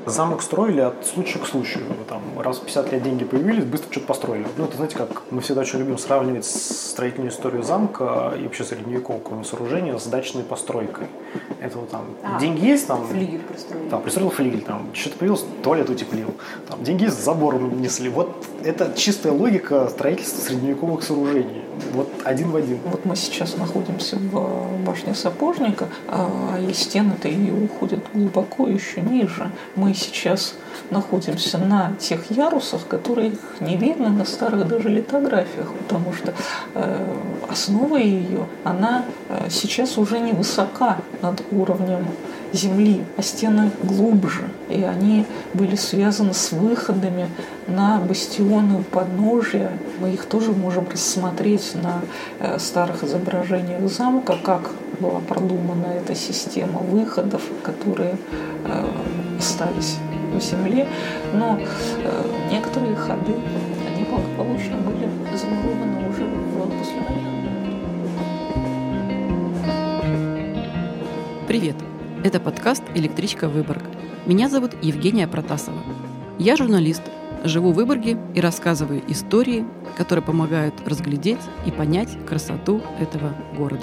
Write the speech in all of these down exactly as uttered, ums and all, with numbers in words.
замок строили от случая к случаю. Там, раз в пятьдесят лет деньги появились, быстро что-то построили. Ну, это, знаете, как мы всегда очень любим сравнивать строительную историю замка и вообще средневекового сооружения с дачной постройкой. Это вот там а, деньги есть, там... Флигель пристроил. Там, пристроил флигель, там, что-то появилось, туалет утеплил. Там, деньги есть, забор несли. Вот это чистая логика строительства средневековых сооружений. Вот один в один. Вот мы сейчас находимся в башне Сапожника, а стены-то и уходят глубоко еще ниже. Мы сейчас находимся на тех ярусах, которые не видно на старых даже литографиях, потому что э, основа ее, она э, сейчас уже не высока над уровнем земли, а стены глубже, и они были связаны с выходами на бастионы у подножия. Мы их тоже можем рассмотреть на э, старых изображениях замка, как была продумана эта система выходов, которые э, остались в земле, но э, некоторые ходы, они благополучно были замурованы уже в послевоенное. Привет! Это подкаст «Электричка Выборг». Меня зовут Евгения Протасова. Я журналист, живу в Выборге и рассказываю истории, которые помогают разглядеть и понять красоту этого города.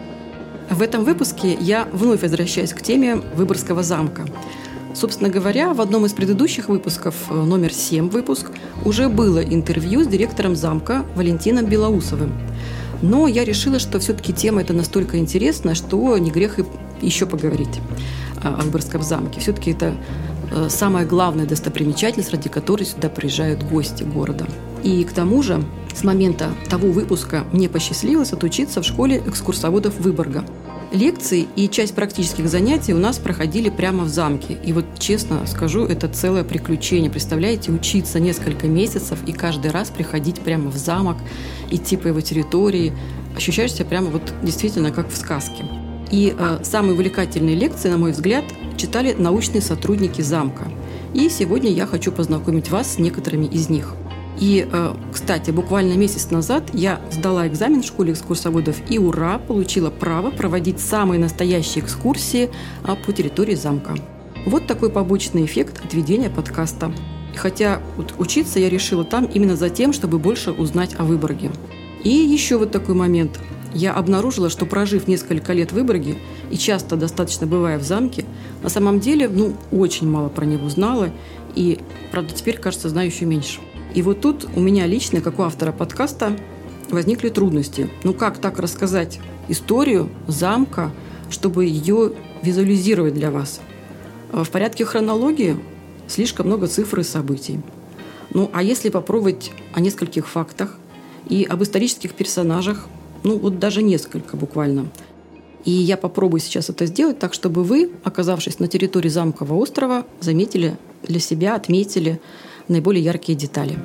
В этом выпуске я вновь возвращаюсь к теме Выборгского замка. Собственно говоря, в одном из предыдущих выпусков, номер семь выпуск, уже было интервью с директором замка Валентином Белоусовым. Но я решила, что все-таки тема эта настолько интересна, что не грех и еще поговорить о Выборгском замке. Все-таки это самая главная достопримечательность, ради которой сюда приезжают гости города. И к тому же, с момента того выпуска мне посчастливилось отучиться в школе экскурсоводов Выборга. Лекции и часть практических занятий у нас проходили прямо в замке. И вот, честно скажу, это целое приключение. Представляете, учиться несколько месяцев и каждый раз приходить прямо в замок, идти по его территории. Ощущаешь себя прямо вот действительно как в сказке. И э, самые увлекательные лекции, на мой взгляд, читали научные сотрудники замка. И сегодня я хочу познакомить вас с некоторыми из них. И, э, кстати, буквально месяц назад я сдала экзамен в школе экскурсоводов и, ура, получила право проводить самые настоящие экскурсии э, по территории замка. Вот такой побочный эффект от ведения подкаста. И хотя вот, учиться я решила там именно за тем, чтобы больше узнать о Выборге. И еще вот такой момент. Я обнаружила, что, прожив несколько лет в Выборге и часто достаточно бывая в замке, на самом деле, ну, очень мало про него знала, и, правда, теперь, кажется, знаю еще меньше. И вот тут у меня лично, как у автора подкаста, возникли трудности. Ну, как так рассказать историю замка, чтобы ее визуализировать для вас? В порядке хронологии слишком много цифр и событий. Ну, а если попробовать о нескольких фактах и об исторических персонажах, ну, вот даже несколько буквально. И я попробую сейчас это сделать так, чтобы вы, оказавшись на территории замкового острова, заметили для себя, отметили наиболее яркие детали.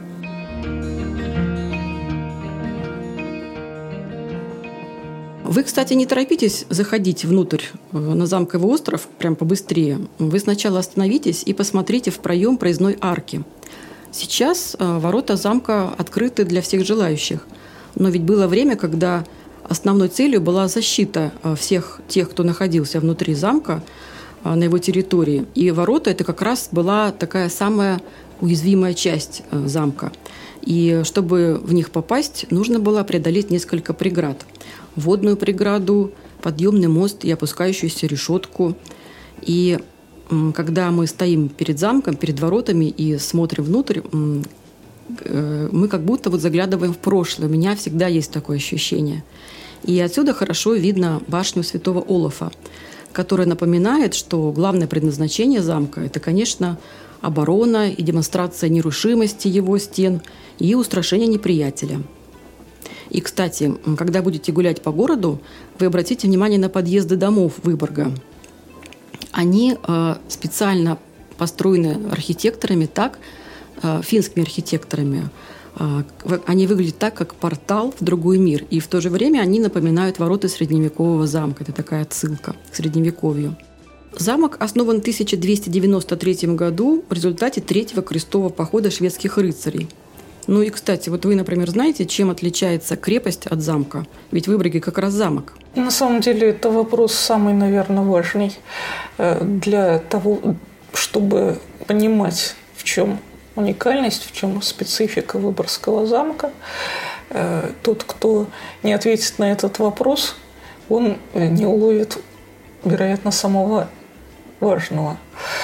Вы, кстати, не торопитесь заходить внутрь на замковый остров прям побыстрее. Вы сначала остановитесь и посмотрите в проем проездной арки. Сейчас ворота замка открыты для всех желающих. Но ведь было время, когда основной целью была защита всех тех, кто находился внутри замка, на его территории. И ворота – это как раз была такая самая уязвимая часть замка. И чтобы в них попасть, нужно было преодолеть несколько преград. Водную преграду, подъемный мост и опускающуюся решетку. И когда мы стоим перед замком, перед воротами и смотрим внутрь, мы как будто вот заглядываем в прошлое. У меня всегда есть такое ощущение. И отсюда хорошо видно башню Святого Олафа, которая напоминает, что главное предназначение замка – это, конечно, оборона и демонстрация нерушимости его стен и устрашение неприятеля. И, кстати, когда будете гулять по городу, вы обратите внимание на подъезды домов Выборга. Они э, специально построены архитекторами так, финскими архитекторами. Они выглядят так, как портал в другой мир. И в то же время они напоминают ворота средневекового замка. Это такая отсылка к средневековью. Замок основан в тысяча двести девяносто третьем году в результате третьего крестового похода шведских рыцарей. Ну и, кстати, вот вы, например, знаете, чем отличается крепость от замка? Ведь в Выборге как раз замок. На самом деле это вопрос самый, наверное, важный для того, чтобы понимать, в чем уникальность, в чем специфика Выборгского замка, тот, кто не ответит на этот вопрос, он не уловит, вероятно, самого важного.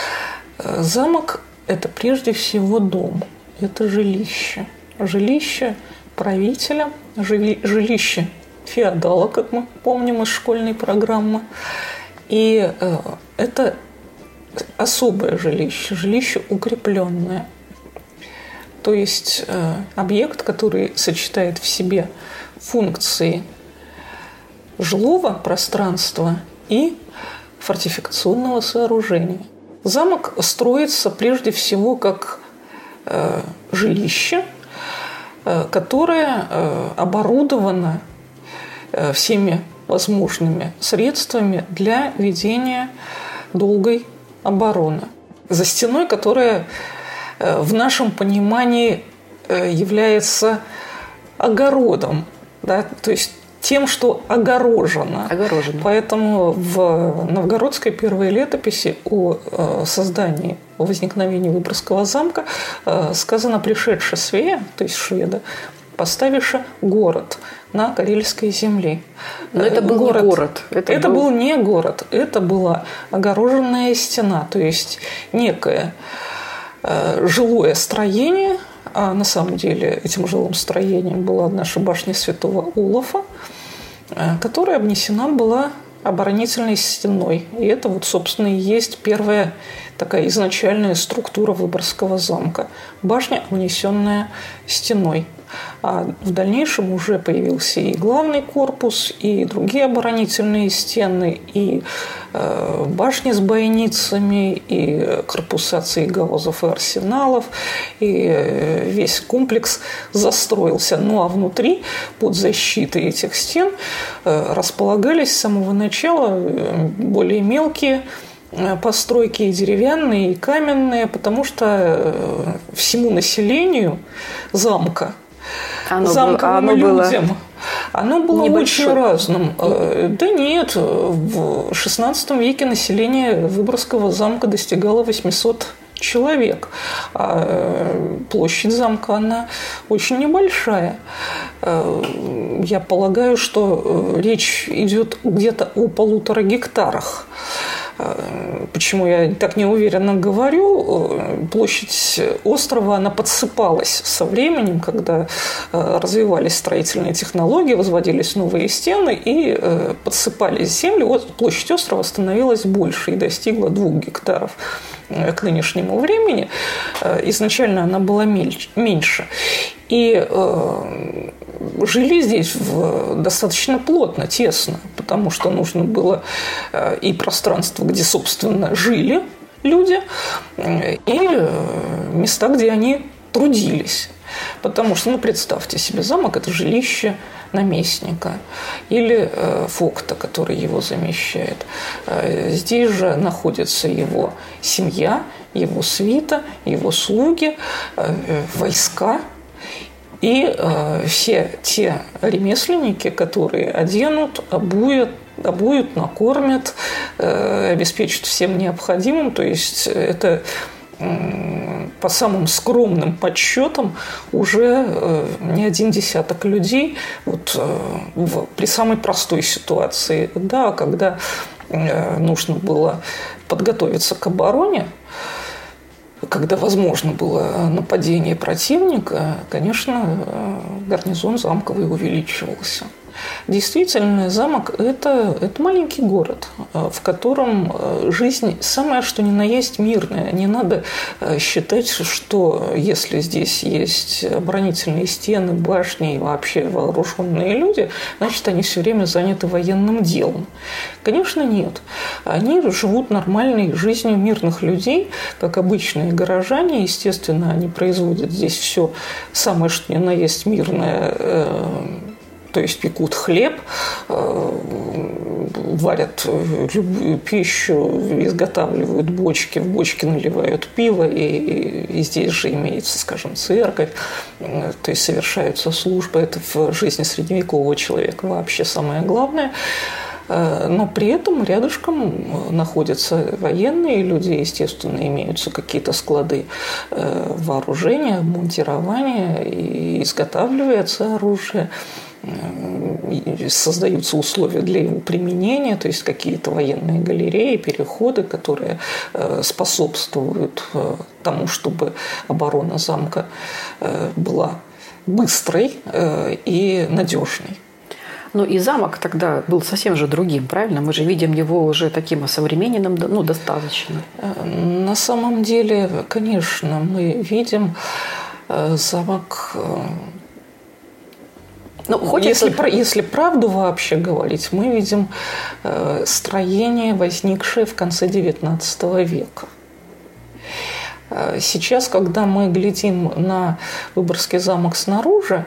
Замок – это прежде всего дом, это жилище. Жилище правителя, жилище феодала, как мы помним из школьной программы. И это особое жилище, жилище укрепленное. То есть объект, который сочетает в себе функции жилого пространства и фортификационного сооружения. Замок строится прежде всего как э, жилище, э, которое э, оборудовано э, всеми возможными средствами для ведения долгой обороны. За стеной, которая э, в нашем понимании э, является огородом, да, то есть тем, что огорожено. Огорожено. Поэтому в новгородской первой летописи о создании, о возникновении Выборгского замка сказано «пришедший свея», то есть шведа, поставивши город на Карельской земле. Но это был город. не город. Это, это был... был не город. Это была огороженная стена, то есть некое жилое строение, а на самом деле этим жилым строением была наша башня Святого Олафа, которая обнесена была оборонительной стеной. И это вот, собственно, и есть первая такая изначальная структура Выборгского замка. Башня, обнесенная стеной. А в дальнейшем уже появился и главный корпус, и другие оборонительные стены, и э, башни с бойницами, и корпуса цейгаузов и арсеналов, и э, весь комплекс застроился. Ну а внутри, под защитой этих стен, э, располагались с самого начала э, более мелкие постройки, и деревянные, и каменные, потому что всему населению замка, оно замковым было, оно людям, было оно было небольшое. Очень разным. Да нет, в шестнадцатом веке население Выборгского замка достигало восемьсот человек. А площадь замка, она очень небольшая. Я полагаю, что речь идет где-то о полутора гектарах. Почему я так неуверенно говорю? Площадь острова, она подсыпалась со временем, когда развивались строительные технологии, возводились новые стены и подсыпались земли. Вот площадь острова становилась больше и достигла двух гектаров к нынешнему времени. Изначально она была меньше. И э, жили здесь в, достаточно плотно, тесно, потому что нужно было э, и пространство, где, собственно, жили люди, э, и э, места, где они трудились. Потому что, ну, представьте себе, замок – это жилище наместника или э, фокта, который его замещает. Э, здесь же находится его семья, его свита, его слуги, э, войска. И э, все те ремесленники, которые оденут, обуют, обуют, накормят, э, обеспечат всем необходимым. То есть это э, по самым скромным подсчетам уже э, не один десяток людей вот, э, в, при самой простой ситуации, да, когда э, нужно было подготовиться к обороне, когда возможно было нападение противника, конечно, гарнизон замковый увеличивался. Действительно, замок – это, это маленький город, в котором жизнь самая что ни на есть мирная. Не надо считать, что если здесь есть оборонительные стены, башни и вообще вооруженные люди, значит, они все время заняты военным делом. Конечно, нет. Они живут нормальной жизнью мирных людей, как обычные горожане. Естественно, они производят здесь все самое что ни на есть мирное. То есть пекут хлеб, варят любую пищу, изготавливают бочки, в бочки наливают пиво, и, и, и здесь же имеется, скажем, церковь, то есть совершаются службы. Это в жизни средневекового человека вообще самое главное. Но при этом рядышком находятся военные люди, естественно, имеются какие-то склады вооружения, обмундирования, и изготавливается оружие, создаются условия для его применения, то есть какие-то военные галереи, переходы, которые способствуют тому, чтобы оборона замка была быстрой и надежной. Ну и замок тогда был совсем же другим, правильно? Мы же видим его уже таким осовремененным, ну, достаточно. На самом деле, конечно, мы видим замок... Ну, хоть если, это... если правду вообще говорить, мы видим строение, возникшее в конце девятнадцатого века. Сейчас, когда мы глядим на Выборгский замок снаружи,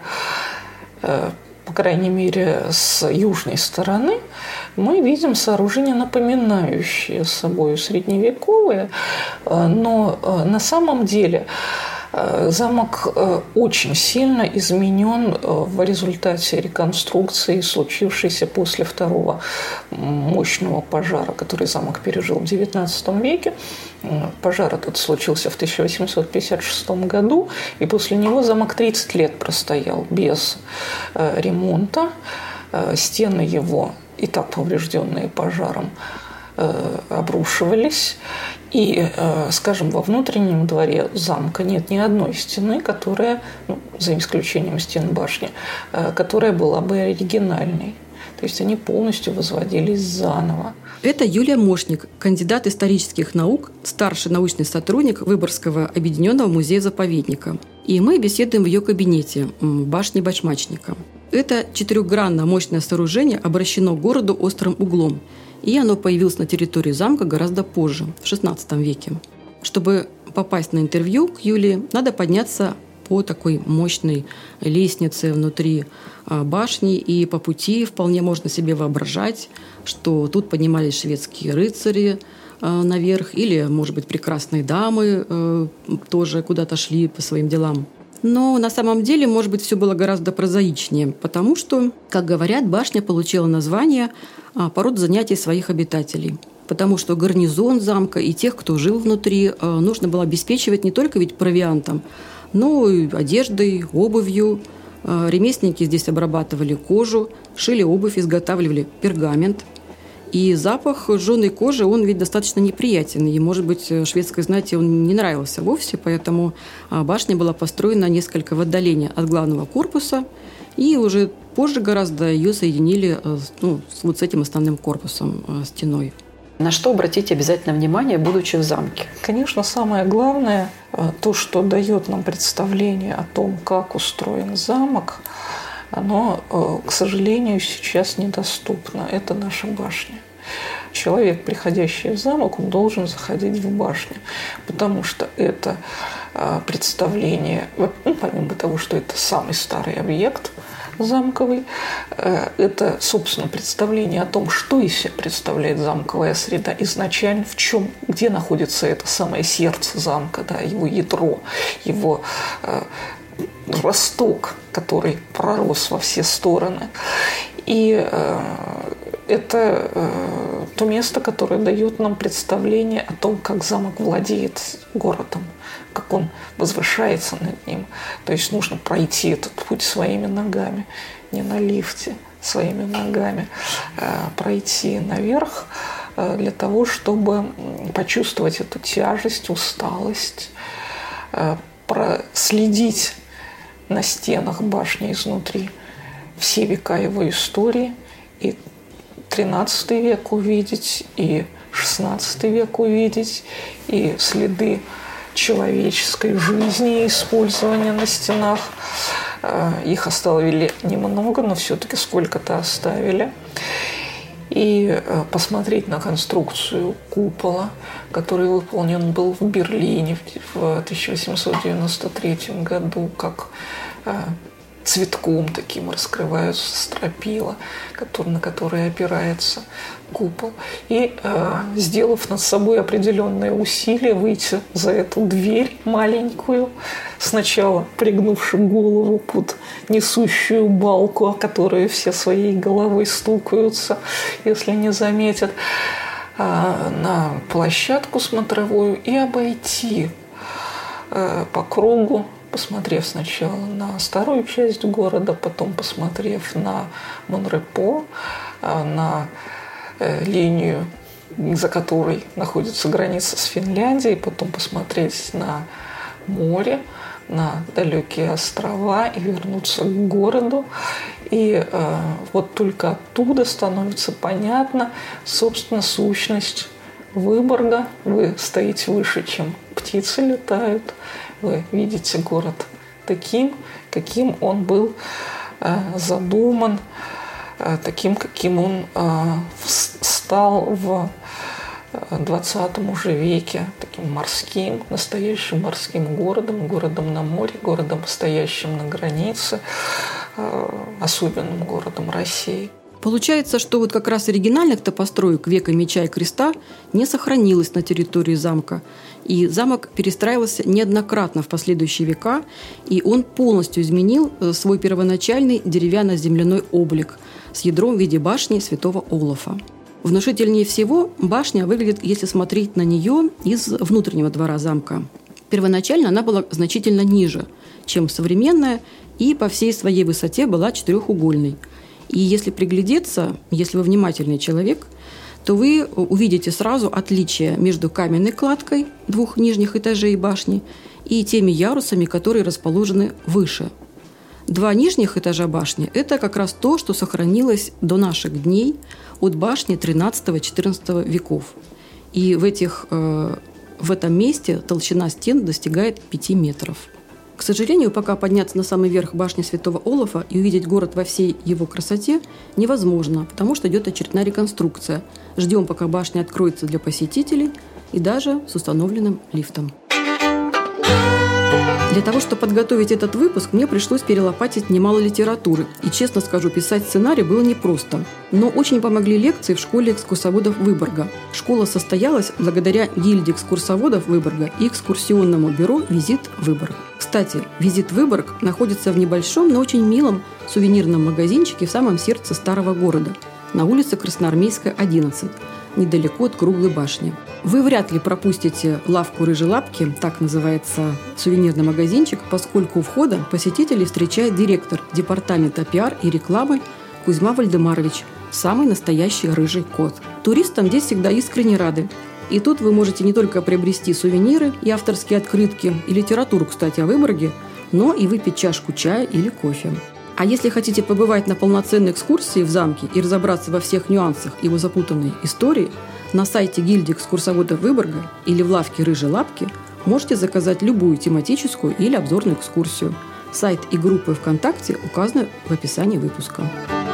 по крайней мере, с южной стороны, мы видим сооружения, напоминающие собой средневековые, но на самом деле замок очень сильно изменен в результате реконструкции, случившейся после второго мощного пожара, который замок пережил в девятнадцатом веке. Пожар этот случился в тысяча восемьсот пятьдесят шестом году, и после него замок тридцать лет простоял без ремонта. Стены его, и так поврежденные пожаром, обрушивались. И, скажем, во внутреннем дворе замка нет ни одной стены, которая, ну, за исключением стен башни, которая была бы оригинальной. То есть они полностью возводились заново. Это Юлия Мошник, кандидат исторических наук, старший научный сотрудник Выборгского объединенного музея-заповедника. И мы беседуем в ее кабинете, в башне Бачмачника. Это четырехгранное мощное сооружение обращено к городу острым углом. И оно появилось на территории замка гораздо позже, в шестнадцатом веке. Чтобы попасть на интервью к Юлии, надо подняться по такой мощной лестнице внутри башни, и по пути вполне можно себе воображать, что тут поднимались шведские рыцари наверх, или, может быть, прекрасные дамы тоже куда-то шли по своим делам. Но на самом деле, может быть, все было гораздо прозаичнее, потому что, как говорят, башня получила название по роду занятий своих обитателей. Потому что гарнизон замка и тех, кто жил внутри, нужно было обеспечивать не только ведь провиантом, но и одеждой, обувью. Ремесленники здесь обрабатывали кожу, шили обувь, изготавливали пергамент. И запах жженой кожи, он ведь достаточно неприятен. И, может быть, шведской знати он не нравился вовсе, поэтому башня была построена несколько в отдалении от главного корпуса. И уже позже гораздо ее соединили, ну, вот с этим основным корпусом, стеной. На что обратить обязательно внимание, будучи в замке? Конечно, самое главное, то, что дает нам представление о том, как устроен замок, оно, к сожалению, сейчас недоступно. Это наша башня. Человек, приходящий в замок, он должен заходить в башню, потому что это представление, ну, помимо того, что это самый старый объект замковый, это, собственно, представление о том, что из себя представляет замковая среда изначально, в чем, где находится это самое сердце замка, да, его ядро, его росток, который пророс во все стороны. И э, это э, то место, которое дает нам представление о том, как замок владеет городом, как он возвышается над ним. То есть нужно пройти этот путь своими ногами, не на лифте, своими ногами, э, пройти наверх э, для того, чтобы почувствовать эту тяжесть, усталость, э, проследить на стенах башни изнутри все века его истории, и тринадцатый век увидеть, и шестнадцатый век увидеть, и следы человеческой жизни и использования на стенах. Их оставили немного, но все-таки сколько-то оставили. И посмотреть на конструкцию купола, который выполнен был в Берлине в тысяча восемьсот девяносто третьем году как цветком таким раскрываются стропила, который, на которые опирается купол. И, э, сделав над собой определенное усилие, выйти за эту дверь маленькую, сначала пригнувши голову под несущую балку, о которую все своей головой стукаются, если не заметят, э, на площадку смотровую и обойти э, по кругу, посмотрев сначала на старую часть города, потом посмотрев на Монрепо, на линию, за которой находится граница с Финляндией, потом посмотреть на море, на далекие острова и вернуться к городу. И э, вот только оттуда становится понятна, собственно, сущность Выборга. Вы стоите выше, чем птицы летают. Вы видите город таким, каким он был э, задуман, э, таким, каким он э, стал в двадцатом уже веке, таким морским, настоящим морским городом, городом на море, городом, стоящим на границе, э, особенным городом России. Получается, что вот как раз оригинальных-то построек века Меча и Креста не сохранилось на территории замка. И замок перестраивался неоднократно в последующие века, и он полностью изменил свой первоначальный деревянно-земляной облик с ядром в виде башни святого Олафа. Внушительнее всего башня выглядит, если смотреть на нее из внутреннего двора замка. Первоначально она была значительно ниже, чем современная, и по всей своей высоте была четырехугольной. И если приглядеться, если вы внимательный человек, то вы увидите сразу отличие между каменной кладкой двух нижних этажей башни и теми ярусами, которые расположены выше. Два нижних этажа башни – это как раз то, что сохранилось до наших дней от башни тринадцатого-четырнадцатого веков. И в, этих, э, в этом месте толщина стен достигает пяти метров. К сожалению, пока подняться на самый верх башни святого Олафа и увидеть город во всей его красоте невозможно, потому что идет очередная реконструкция. Ждем, пока башня откроется для посетителей и даже с установленным лифтом. Для того, чтобы подготовить этот выпуск, мне пришлось перелопатить немало литературы. И, честно скажу, писать сценарий было непросто. Но очень помогли лекции в школе экскурсоводов Выборга. Школа состоялась благодаря гильдии экскурсоводов Выборга и экскурсионному бюро «Визит Выборг». Кстати, «Визит Выборг» находится в небольшом, но очень милом сувенирном магазинчике в самом сердце старого города, на улице Красноармейская, одиннадцать, недалеко от Круглой башни. Вы вряд ли пропустите лавку «Рыжей лапки», так называется сувенирный магазинчик, поскольку у входа посетителей встречает директор департамента пиар и рекламы Кузьма Вальдемарович, самый настоящий рыжий кот. Туристам здесь всегда искренне рады. И тут вы можете не только приобрести сувениры и авторские открытки, и литературу, кстати, о Выборге, но и выпить чашку чая или кофе. А если хотите побывать на полноценной экскурсии в замке и разобраться во всех нюансах его запутанной истории, на сайте гильдии экскурсоводов Выборга или в лавке «Рыжей лапки» можете заказать любую тематическую или обзорную экскурсию. Сайт и группы ВКонтакте указаны в описании выпуска.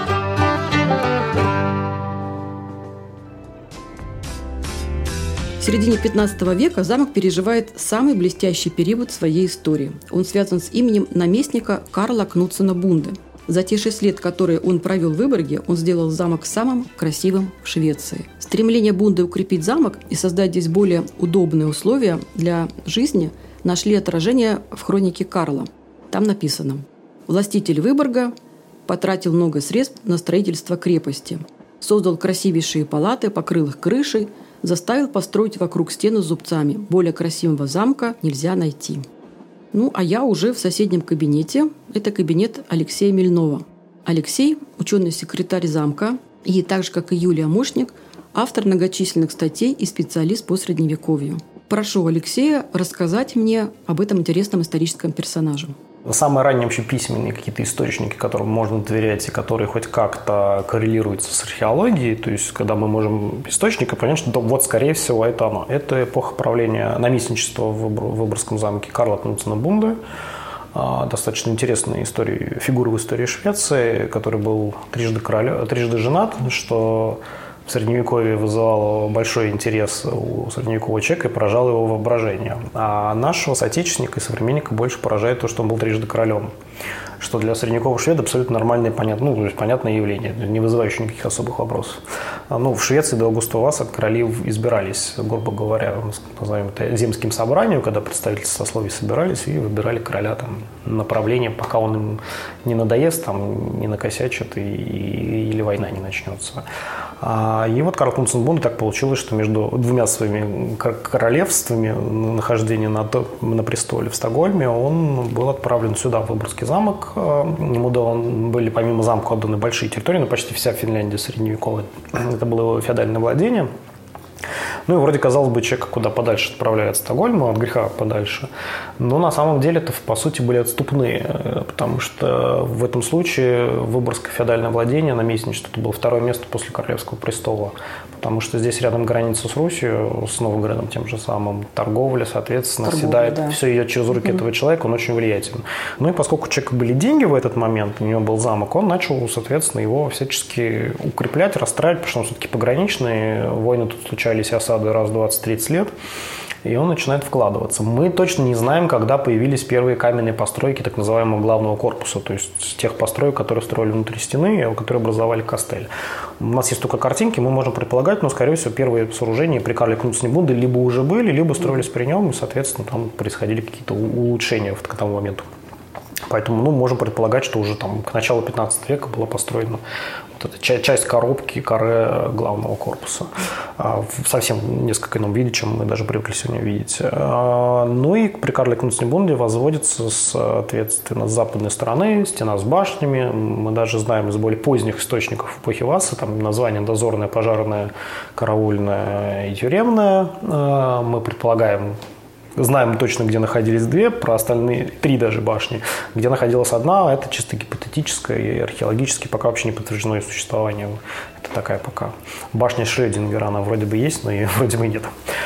В середине пятнадцатого века замок переживает самый блестящий период своей истории. Он связан с именем наместника Карла Кнутсена Бунде. За те шесть лет, которые он провел в Выборге, он сделал замок самым красивым в Швеции. Стремление Бунде укрепить замок и создать здесь более удобные условия для жизни нашли отражение в хронике Карла. Там написано: «Властитель Выборга потратил много средств на строительство крепости, создал красивейшие палаты, покрыл их крышей, заставил построить вокруг стену с зубцами. Более красивого замка нельзя найти». Ну, а я уже в соседнем кабинете. Это кабинет Алексея Мельнова. Алексей – ученый-секретарь замка и, так же, как и Юлия Мошник, автор многочисленных статей и специалист по Средневековью. Прошу Алексея рассказать мне об этом интересном историческом персонаже. Самые ранние вообще письменные какие-то источники, которым можно доверять и которые хоть как-то коррелируются с археологией, то есть когда мы можем источника понять, что вот, скорее всего, это оно. Это эпоха правления наместничества в Выборгском замке Карла Кнутсена Бунде. Достаточно интересная история, фигура в истории Швеции, который был трижды, король, трижды женат, что в Средневековье вызывало большой интерес у средневекового человека и поражало его воображение. А нашего соотечественника и современника больше поражает то, что он был трижды королем. что для средневекового шведа абсолютно нормальное, понятное, ну, то есть понятное явление, не вызывающее никаких особых вопросов. Ну, в Швеции до Августа Васа короли избирались, грубо говоря, назовем это земским собранием, когда представители сословий собирались и выбирали короля там, направлением, пока он им не надоест, там, не накосячит и, и, или война не начнется. И вот Карл Кнутсенбунд так получилось, что между двумя своими королевствами нахождения на, на престоле в Стокгольме он был отправлен сюда, в Выборгский замок. Ему были помимо замка отданы большие территории, но почти вся Финляндия средневековая. Это было его феодальное владение. Ну и вроде, казалось бы, человек куда подальше отправляет Стокгольма, от греха подальше. Но на самом деле это, по сути, были отступные, потому что в этом случае Выборгское феодальное владение, наместничество, это было второе место после Королевского престола. Потому что здесь рядом граница с Русью, с Новгородом тем же самым, торговля, соответственно, Торговля, седает, да. все идет через руки угу. этого человека, он очень влиятелен. Ну и поскольку у человека были деньги в этот момент, у него был замок, он начал, соответственно, его всячески укреплять, расстраивать, потому что он все-таки пограничный, войны тут случались, осады раз в двадцать-тридцать лет. И он начинает вкладываться. Мы точно не знаем, когда появились первые каменные постройки так называемого главного корпуса, то есть тех построек, которые строили внутри стены, которые образовали кастель. У нас есть только картинки, мы можем предполагать, но, скорее всего, первые сооружения при Карле Кнутсенбунде либо уже были, либо строились при нем, и, соответственно, там происходили какие-то улучшения к тому моменту. Поэтому, ну, можем предполагать, что уже там к началу пятнадцатого века была построена вот эта часть коробки, каре главного корпуса. В совсем несколько ином виде, чем мы даже привыкли сегодня видеть. Ну и при Карле Кнутсенбунде возводится, соответственно, с западной стороны стена с башнями. Мы даже знаем из более поздних источников эпохи Васы, там название дозорная, пожарная, караульная и тюремная. Мы предполагаем, знаем точно, где находились две, про остальные три даже башни. Где находилась одна, это чисто гипотетическое и археологически пока вообще не подтверждено ее существование. Это такая пока башня Шрёдингера, она вроде бы есть, но и вроде бы нет.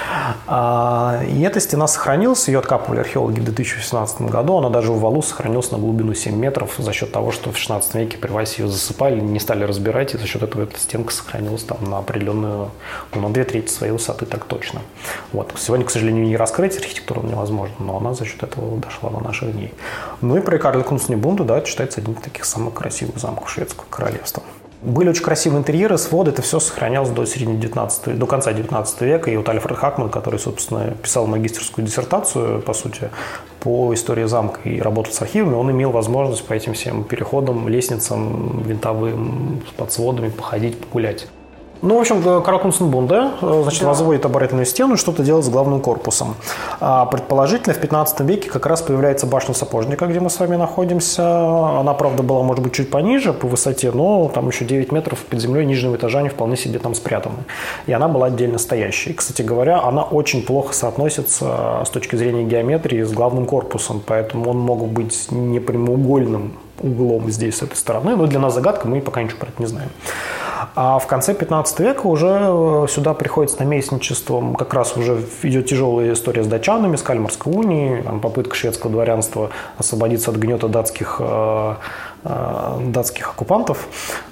И эта стена сохранилась, ее откапывали археологи в две тысячи восемнадцатом году, она даже в валу сохранилась на глубину семь метров за счет того, что в шестнадцатом веке при Васе ее засыпали, не стали разбирать, и за счет этого эта стенка сохранилась там на определенную, ну, на две трети своей высоты, так точно. Вот. Сегодня, к сожалению, не раскрыть архитектуру невозможно, но она за счет этого дошла до наших дней. Ну и при Карле Кнутсенбунде, да, это считается одним из таких самых красивых замков шведского королевства. Были очень красивые интерьеры, своды, это все сохранялось до середины девятнадцатого, до конца девятнадцатого века. И вот Альфред Хакман, который, собственно, писал магистерскую диссертацию, по сути, по истории замка и работал с архивами, он имел возможность по этим всем переходам, лестницам, винтовым, под сводами походить, погулять. Ну, в общем, Карл Кнутсенбунде, значит, да. возводит оборонительную стену и что-то делает с главным корпусом. А, предположительно, в пятнадцатом веке как раз появляется башня Сапожника, где мы с вами находимся. Она, правда, была, может быть, чуть пониже по высоте, но там еще девять метров под землей нижнего этажа они вполне себе там спрятаны. И она была отдельно стоящей. Кстати говоря, она очень плохо соотносится с точки зрения геометрии с главным корпусом, поэтому он мог быть не прямоугольным углом здесь, с этой стороны, но для нас загадка, мы пока ничего про это не знаем. А в конце пятнадцатого века уже сюда приходит с наместничеством, как раз уже идет тяжелая история с датчанами, с Кальмарской унией, попытка шведского дворянства освободиться от гнета датских, датских оккупантов.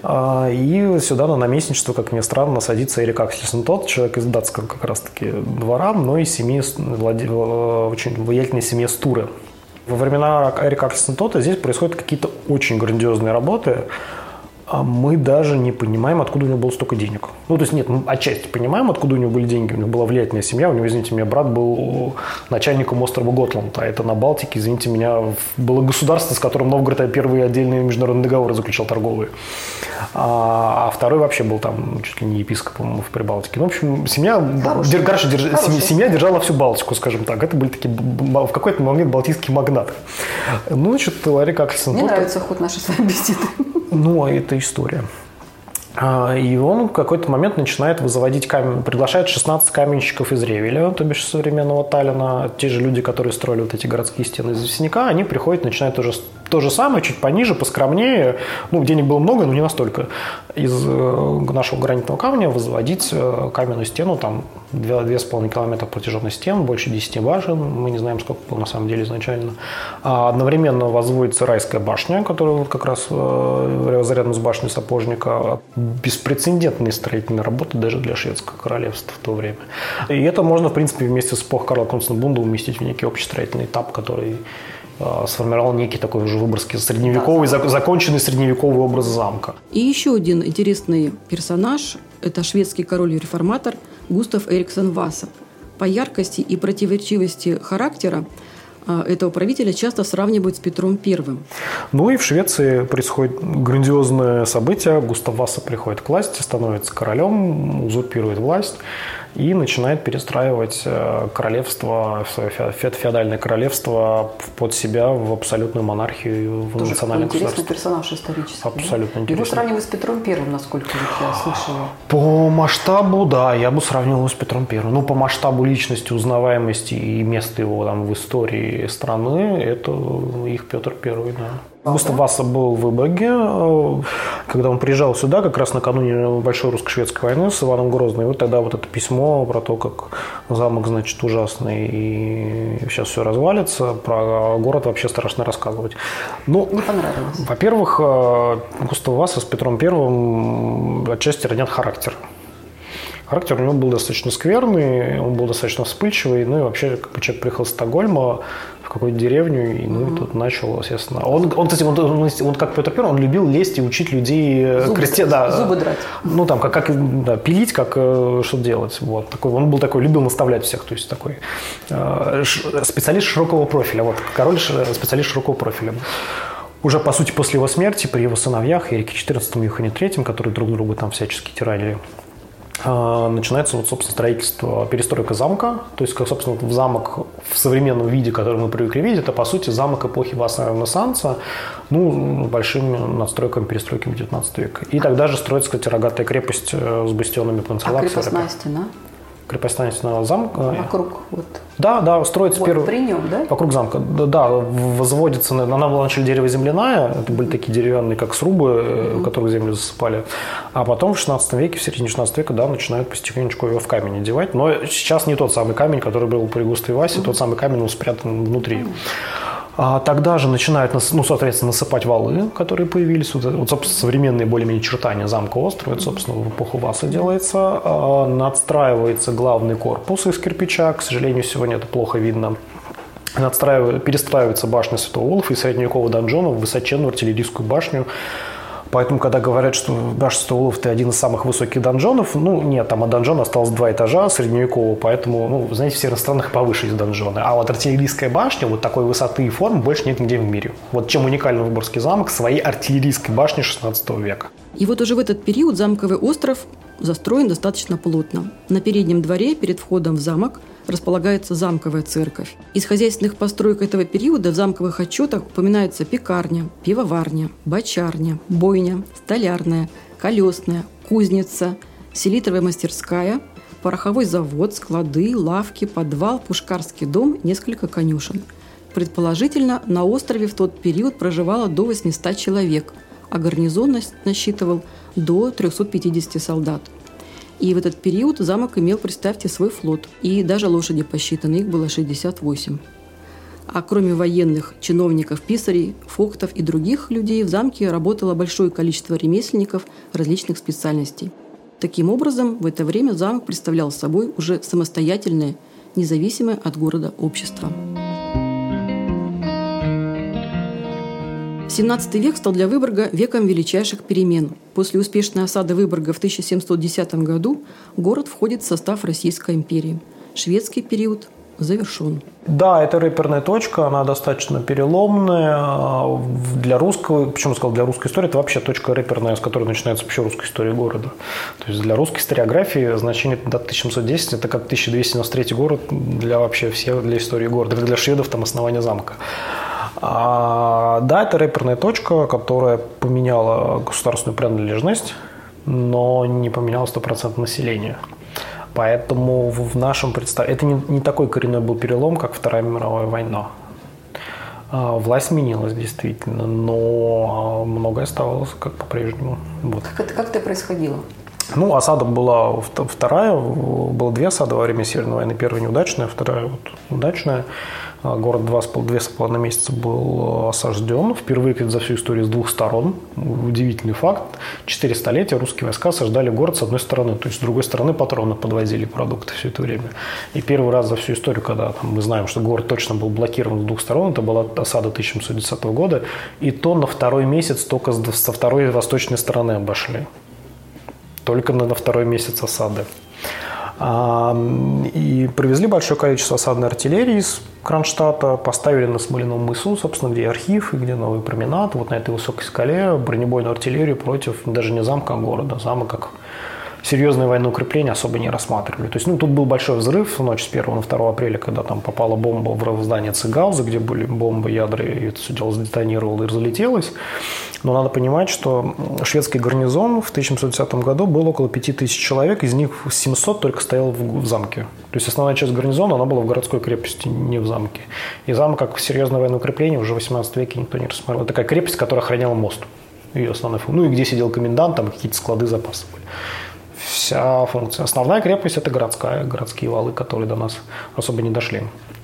И сюда на наместничество, как ни странно, садится Эрик Аксельсон Тот, человек из датского как раз-таки двора, но и семьи, очень влиятельной семьи Стуре. Во времена Эрика Аксельсона Тота здесь происходят какие-то очень грандиозные работы. А мы даже не понимаем, откуда у него было столько денег. Ну, то есть, нет, мы отчасти понимаем, откуда у него были деньги. У него была влиятельная семья. У него, извините меня, брат был начальником острова Готланд. А это на Балтике, извините меня, было государство, с которым Новгород первые отдельные международные договоры заключал торговые. А, а второй вообще был там чуть ли не епископом в Прибалтике. Ну, в общем, семья, дер, короче, держ, семья, семья держала всю Балтику, скажем так. Это были такие в какой-то момент балтийские магнаты. Ну, значит, Эрик Аксельсон Тот. Мне нравится ход нашей с вами беседы. Ну, это история. И он в какой-то момент начинает выводить камень, приглашает шестнадцать каменщиков из Ревеля, то бишь современного Таллина. Те же люди, которые строили вот эти городские стены из известняка, они приходят, начинают тоже то же самое, чуть пониже, поскромнее. Ну, денег было много, но не настолько. Из нашего гранитного камня возводить каменную стену, там два с половиной километра протяженность стен, больше десяти башен. Мы не знаем, сколько было на самом деле изначально. А одновременно возводится Райская башня, которая вот как раз рядом с башней Сапожника. Беспрецедентные строительные работы даже для шведского королевства в то время. И это можно, в принципе, вместе с эпохой Карла Кнутсенбунда уместить в некий общий строительный этап, который сформировал некий такой уже выборгский средневековый, да, законченный средневековый образ замка. И еще один интересный персонаж – это шведский король-реформатор Густав Эриксон Васа. По яркости и противоречивости характера этого правителя часто сравнивают с Петром Первым. Ну и в Швеции происходит грандиозное событие. Густав Васа приходит к власти, становится королем, узурпирует власть и начинает перестраивать королевство, свое феодальное королевство под себя в абсолютную монархию, в тоже национальное интересный государство. Персонаж исторический. Абсолютно да? интересный. Его сравнивают с Петром Первым, насколько я слышала. По масштабу, да, я бы сравнивал его с Петром Первым. Ну, по масштабу личности, узнаваемости и места его там в истории страны, это их Петр Первый, да. А, Густав да? Васа был в Выборге, когда он приезжал сюда, как раз накануне Большой русско-шведской войны с Иваном Грозным. И вот тогда вот это письмо про то, как замок, значит, ужасный и сейчас все развалится, про город вообще страшно рассказывать. Ну, не понравилось. Во-первых, Густав Васа с Петром Первым отчасти роднят характер. Характер у него был достаточно скверный, он был достаточно вспыльчивый, ну и вообще, как человек приехал из Стокгольма в какую-то деревню, и ну и тут начал, естественно. Он, он кстати, он, он, он как Петр Первый, он любил лезть и учить людей зубы, кресте, да, зубы драть. Ну там как, как да, пилить, как что делать. Вот такой, он был такой, любил наставлять всех, то есть такой э, специалист широкого профиля. Вот король специалист широкого профиля. Уже, по сути, после его смерти, при его сыновьях, Эрике четырнадцатом и Юхане третьем, которые друг друга там всячески тиранили, начинается, вот, собственно, строительство, перестройка замка. То есть, как, собственно, в замок в современном виде, который мы привыкли видеть, это, по сути, замок эпохи Васского Ренессанса, ну, с большими надстройками, перестройками девятнадцатого века. И тогда же строится, кстати, рогатая крепость с бастионами Панцелакса. А крепостная стена? Крепостная стена замка. Вокруг, вот. Да, да, строится вот первый... при нем, да? Вокруг замка. Да, да, возводится... Она была вначале дерево-земляная, это были такие деревянные, как срубы, mm-hmm. в которых землю засыпали. А потом в шестнадцатом веке, в середине шестнадцатого века, да, начинают потихонечку ее в камень одевать. Но сейчас не тот самый камень, который был при Густаве Васе, mm-hmm. тот самый камень, он спрятан внутри. Mm-hmm. А тогда же начинают, ну, соответственно, насыпать валы, которые появились. Вот, вот собственно, современные более-менее чертания замка острова, это, собственно, в эпоху Васа делается. А, надстраивается главный корпус из кирпича. К сожалению, сегодня это плохо видно. Надстраивается, перестраивается башня Святого Олафа из средневекового донжона в высоченную артиллерийскую башню. Поэтому, когда говорят, что башня Святого Олафа – это один из самых высоких донжонов, ну, нет, там от донжона осталось два этажа средневекового, поэтому, ну, знаете, в северных странах повыше из донжона. А вот артиллерийская башня вот такой высоты и формы больше нет нигде в мире. Вот чем уникален Выборгский замок своей артиллерийской башней шестнадцатого века. И вот уже в этот период замковый остров застроен достаточно плотно. На переднем дворе, перед входом в замок, располагается замковая церковь. Из хозяйственных построек этого периода в замковых отчетах упоминаются пекарня, пивоварня, бочарня, бойня, столярная, колесная, кузница, селитровая мастерская, пороховой завод, склады, лавки, подвал, пушкарский дом, несколько конюшен. Предположительно, на острове в тот период проживало до восьмисот человек, а гарнизон насчитывал до трехсот пятидесяти солдат. И в этот период замок имел, представьте, свой флот. И даже лошади посчитаны, их было шестьдесят восемь. А кроме военных, чиновников, писарей, фоктов и других людей, в замке работало большое количество ремесленников различных специальностей. Таким образом, в это время замок представлял собой уже самостоятельное, независимое от города общество. семнадцатый век стал для Выборга веком величайших перемен. После успешной осады Выборга в тысяча семьсот десятом году город входит в состав Российской империи. Шведский период завершен. Да, это рэперная точка, она достаточно переломная. Для русского, почему я сказал для русской истории, это вообще точка рэперная, с которой начинается вообще русская история города. То есть для русской историографии значение даты тысяча семьсот десять это как тысяча двести девяносто третий год для вообще всех, для истории города, для шведов там основание замка. А, да, это рэперная точка, которая поменяла государственную принадлежность, но не поменяла сто процентов населения. Поэтому в нашем представлении это не, не такой коренной был перелом, как Вторая мировая война. А, власть сменилась действительно, но многое оставалось как по-прежнему. Вот. Как это, как это происходило? Ну, осада была вторая, было две осады во время Северной войны. Первая неудачная, вторая вот удачная. Город два, две с половиной месяца был осажден. Впервые за всю историю с двух сторон. Удивительный факт. Четыре столетия русские войска осаждали город с одной стороны. То есть с другой стороны патроны подвозили продукты все это время. И первый раз за всю историю, когда там, мы знаем, что город точно был блокирован с двух сторон, это была осада тысяча семьсот десятого года. И то на второй месяц только со второй восточной стороны обошли. Только на второй месяц осады. И привезли большое количество осадной артиллерии из Кронштадта, поставили на Смоляном мысу, собственно, где архив и где новый променад. Вот на этой высокой скале бронебойную артиллерию против даже не замка, а города. Замок как серьезное военное укрепление особо не рассматривали. То есть, ну, тут был большой взрыв в ночь с первого на второе апреля, когда там попала бомба в здание Цыгауза, где были бомбы, ядра, и это все дело сдетонировало и разлетелось. Но надо понимать, что шведский гарнизон в тысяча семьсот десятом году был около пяти тысяч человек, из них семьсот только стояло в, в замке. То есть основная часть гарнизона, она была в городской крепости, не в замке. И замок, как серьезное военное укрепление, уже в восемнадцатом веке никто не рассматривал. Это такая крепость, которая охраняла мост. Ее основная функция. Ну и где сидел комендант, там какие-то склады запасов были. Вся функция. Основная крепость – это городская, городские валы, которые до нас особо не дошли.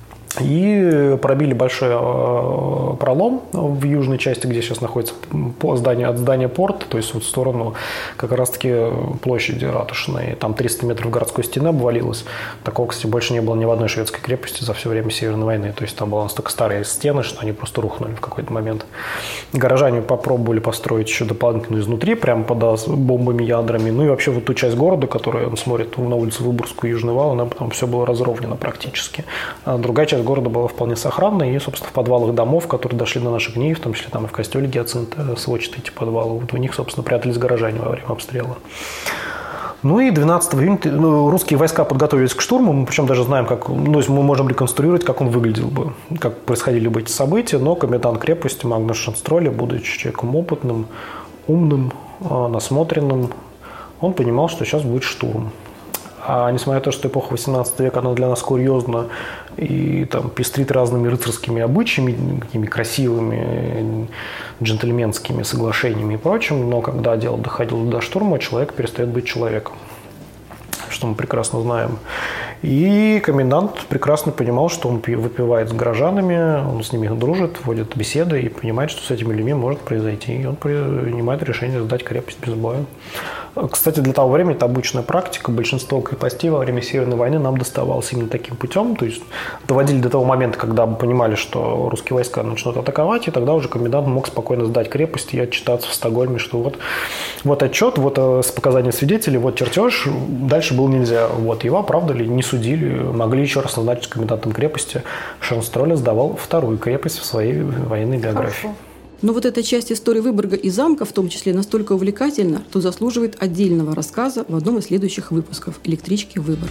И пробили большой пролом в южной части, где сейчас находится здание, от здания порта, то есть вот в сторону как раз-таки площади Ратушной. Там триста метров городской стены обвалилось. Такого, кстати, больше не было ни в одной шведской крепости за все время Северной войны. То есть там были настолько старые стены, что они просто рухнули в какой-то момент. Горожане попробовали построить еще дополнительно изнутри, прямо под бомбами, ядрами. Ну и вообще вот ту часть города, которая он смотрит на улицу Выборгскую, Южный вал, она потом все было разровнено практически. А другая часть города была вполне сохранной, и, собственно, в подвалах домов, которые дошли до наших дней, в том числе там и в костеле Гиацинта, сводчатые эти подвалы, вот в них, собственно, прятались горожане во время обстрела. Ну и двенадцатого июня ну, русские войска подготовились к штурму, мы причем даже знаем, как, ну, то есть мы можем реконструировать, как он выглядел бы, как происходили бы эти события, но комендант крепости Магнус Шенстроли, будучи человеком опытным, умным, насмотренным, он понимал, что сейчас будет штурм. А несмотря на то, что эпоха восемнадцатого века, она для нас курьезна и там пестрит разными рыцарскими обычаями, такими красивыми джентльменскими соглашениями и прочим, но когда дело доходило до штурма, человек перестает быть человеком, что мы прекрасно знаем. И комендант прекрасно понимал, что он выпивает с горожанами, он с ними дружит, вводит беседы и понимает, что с этими людьми может произойти. И он принимает решение сдать крепость без боя. Кстати, для того времени это обычная практика. Большинство крепостей во время Северной войны нам доставалось именно таким путем. То есть доводили до того момента, когда понимали, что русские войска начнут атаковать, и тогда уже комендант мог спокойно сдать крепость и отчитаться в Стокгольме, что вот, вот отчет, вот с показанием свидетелей, вот чертеж, дальше было нельзя. Вот его оправдали, не судили, могли еще раз назначить комендантом крепости. Шенстроли сдавал вторую крепость в своей военной биографии. Хорошо. Но вот эта часть истории Выборга и замка, в том числе, настолько увлекательна, что заслуживает отдельного рассказа в одном из следующих выпусков «Электрички Выборг».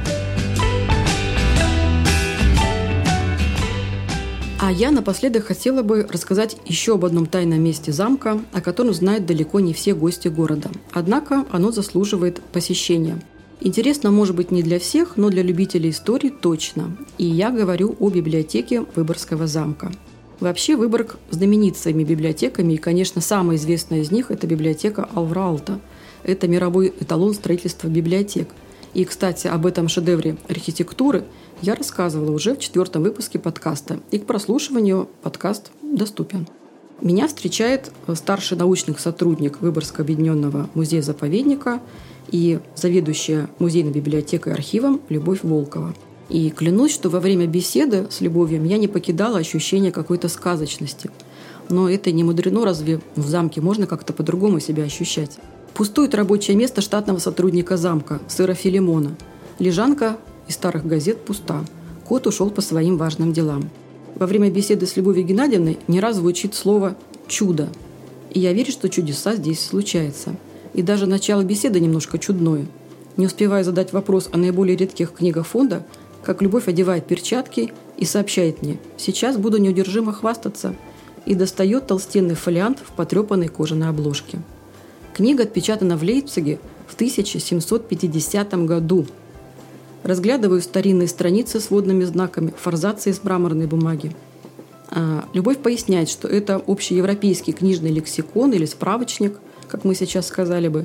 А я напоследок хотела бы рассказать еще об одном тайном месте замка, о котором знают далеко не все гости города. Однако оно заслуживает посещения. Интересно, может быть, не для всех, но для любителей истории точно. И я говорю о библиотеке Выборгского замка. Вообще Выборг знаменит своими библиотеками, и, конечно, самая известная из них – это библиотека Алвра-Алта. Это мировой эталон строительства библиотек. И, кстати, об этом шедевре архитектуры я рассказывала уже в четвертом выпуске подкаста, и к прослушиванию подкаст доступен. Меня встречает старший научный сотрудник Выборгского объединенного музея-заповедника и заведующая музейной библиотекой и архивом Любовь Волкова. И клянусь, что во время беседы с Любовью меня не покидало ощущение какой-то сказочности. Но это не мудрено, разве в замке можно как-то по-другому себя ощущать? Пустует рабочее место штатного сотрудника замка, сэра Филимона. Лежанка из старых газет пуста. Кот ушел по своим важным делам. Во время беседы с Любовью Геннадьевной не раз звучит слово «чудо». И я верю, что чудеса здесь случаются. И даже начало беседы немножко чудное. Не успевая задать вопрос о наиболее редких книгах фонда, как Любовь одевает перчатки и сообщает мне: «Сейчас буду неудержимо хвастаться», и достает толстенный фолиант в потрепанной кожаной обложке. Книга отпечатана в Лейпциге в тысяча семьсот пятидесятом году. Разглядываю старинные страницы с водными знаками, форзации из мраморной бумаги. А, Любовь поясняет, что это общеевропейский книжный лексикон или справочник, как мы сейчас сказали бы,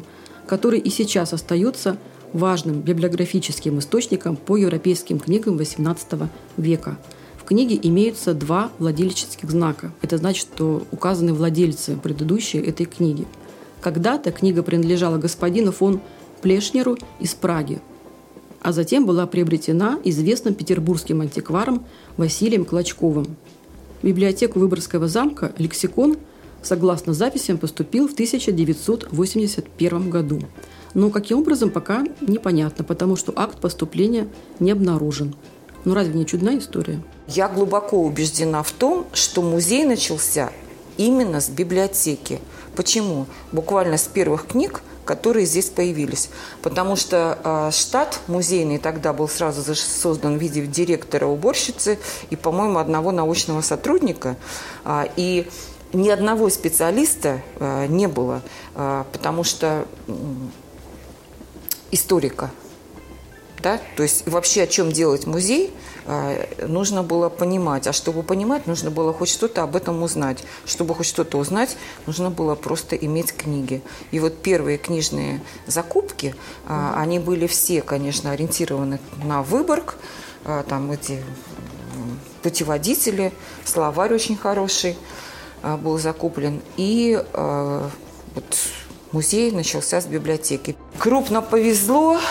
который и сейчас остается важным библиографическим источником по европейским книгам восемнадцатого века. В книге имеются два владельческих знака. Это значит, что указаны владельцы предыдущей этой книги. Когда-то книга принадлежала господину фон Плешнеру из Праги, а затем была приобретена известным петербургским антикваром Василием Клочковым. В библиотеку Выборгского замка лексикон, согласно записям, поступил в тысяча девятьсот восемьдесят первом году. Но каким образом, пока непонятно, потому что акт поступления не обнаружен. Ну разве не чудная история? Я глубоко убеждена в том, что музей начался именно с библиотеки. Почему? Буквально с первых книг, которые здесь появились. Потому что э, штат музейный тогда был сразу создан в виде директора, уборщицы и, по-моему, одного научного сотрудника. Э, и ни одного специалиста э, не было, э, потому что э, историка. Да? То есть вообще о чем делать музей, э, нужно было понимать. А чтобы понимать, нужно было хоть что-то об этом узнать. Чтобы хоть что-то узнать, нужно было просто иметь книги. И вот первые книжные закупки, э, они были все, конечно, ориентированы на Выборг. Э, там эти путеводители, словарь очень хороший э, был закуплен. И э, вот музей начался с библиотеки. Крупно повезло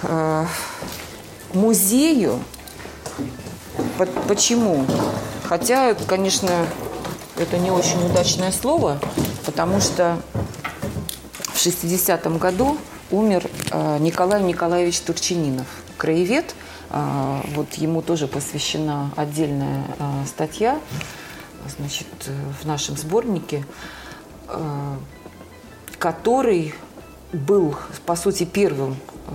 музею. Почему? Хотя, конечно, это не очень удачное слово, потому что в шестидесятом году умер Николай Николаевич Турчининов, краевед. Вот ему тоже посвящена отдельная статья, значит, в нашем сборнике, который был, по сути, первым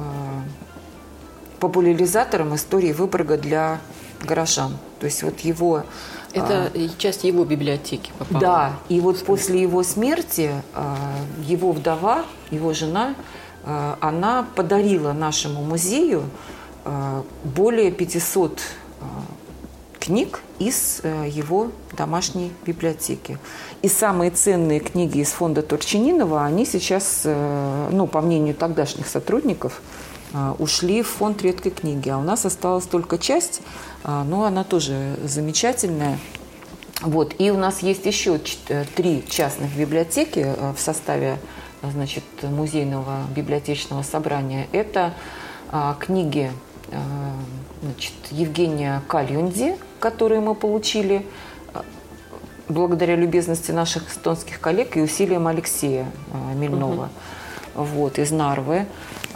популяризатором истории Выборга для горожан. То есть вот его... Это а, часть его библиотеки попала. Да, и вот после его смерти его вдова, его жена, она подарила нашему музею более пятисот книг из его домашней библиотеки. И самые ценные книги из фонда Турчининова, они сейчас, ну, по мнению тогдашних сотрудников, ушли в фонд редкой книги. А у нас осталась только часть, но она тоже замечательная. Вот. И у нас есть еще три частных библиотеки в составе, значит, музейного библиотечного собрания. Это книги, значит, Евгения Кальюнди, которые мы получили благодаря любезности наших эстонских коллег и усилиям Алексея Мельнова, угу. вот, из Нарвы,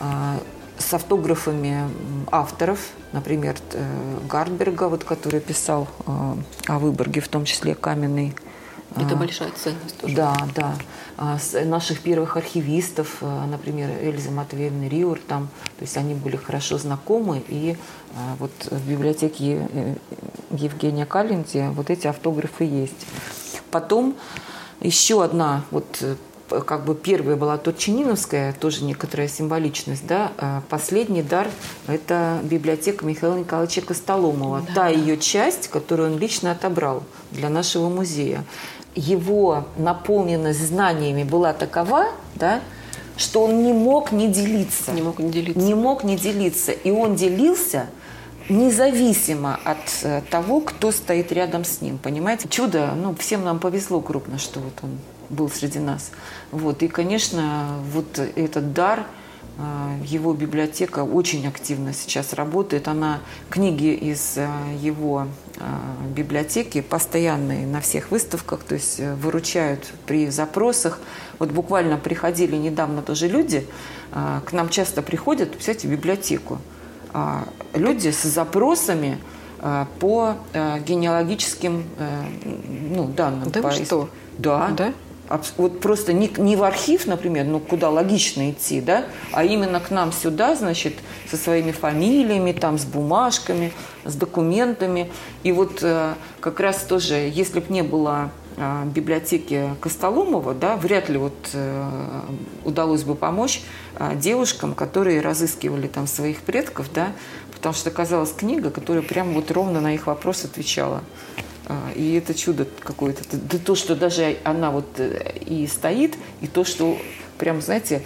с автографами авторов, например, Гартберга, вот, который писал о Выборге, в том числе Каменный. Это большая ценность тоже. Да, да. С наших первых архивистов, например, Эльза Матвеевна Риур, там, то есть они были хорошо знакомы, и вот в библиотеке Евгения Калинти вот эти автографы есть. Потом еще одна, вот как бы первая была Турчининовская, тоже некоторая символичность, да, а последний дар – это библиотека Михаила Николаевича Костоломова, да, та да. ее часть, которую он лично отобрал для нашего музея. Его наполненность знаниями была такова, да, что он не мог не делиться. Не мог не делиться. Не мог не делиться. И он делился независимо от того, кто стоит рядом с ним. Понимаете? Чудо, ну, всем нам повезло крупно, что вот он был среди нас. Вот. И, конечно, вот этот дар, его библиотека очень активно сейчас работает. Она, книги из его библиотеки постоянные на всех выставках, то есть выручают при запросах. Вот буквально приходили недавно тоже люди, к нам часто приходят, представляете, в библиотеку. Люди с запросами по генеалогическим, ну, данным. Да по... вы что? Да. Да? Вот просто не, не в архив, например, ну, куда логично идти, да, а именно к нам сюда, значит, со своими фамилиями, там, с бумажками, с документами. И вот э, как раз тоже, если бы не было э, библиотеки Костоломова, да, вряд ли вот э, удалось бы помочь э, девушкам, которые разыскивали там своих предков, да, потому что оказалась книга, которая прямо вот ровно на их вопрос отвечала. И это чудо какое-то. Да то, что даже она вот и стоит, и то, что прям, знаете,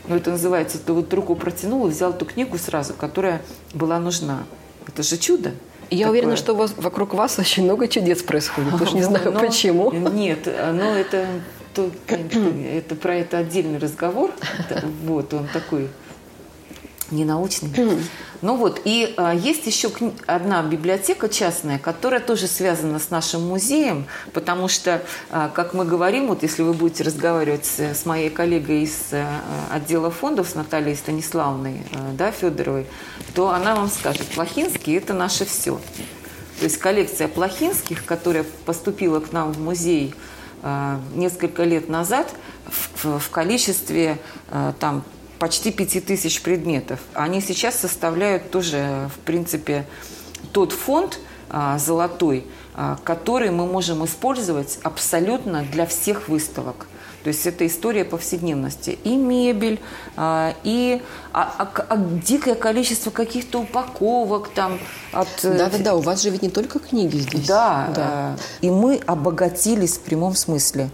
ну, это называется, ты вот руку протянул и взял ту книгу сразу, которая была нужна. Это же чудо. Я такое. уверена, что у вас, вокруг вас очень много чудес происходит. Уж не знаю, но, почему. Нет, но это, то, это про это отдельный разговор. Вот, он такой ненаучный. Ну вот, и а, есть еще кни- одна библиотека частная, которая тоже связана с нашим музеем, потому что, а, как мы говорим, вот если вы будете разговаривать с, с моей коллегой из а, отдела фондов, с Натальей Станиславовной а, да, Федоровой, то она вам скажет, Плохинский – это наше все. То есть коллекция Плохинских, которая поступила к нам в музей а, несколько лет назад в, в количестве а, там, почти пяти тысяч предметов. Они сейчас составляют тоже, в принципе, тот фонд а, золотой, а, который мы можем использовать абсолютно для всех выставок. То есть это история повседневности. И мебель, а, и а, а, а дикое количество каких-то упаковок. Там, от... Да-да-да, у вас же ведь не только книги здесь. Да, да. А, и мы обогатились в прямом смысле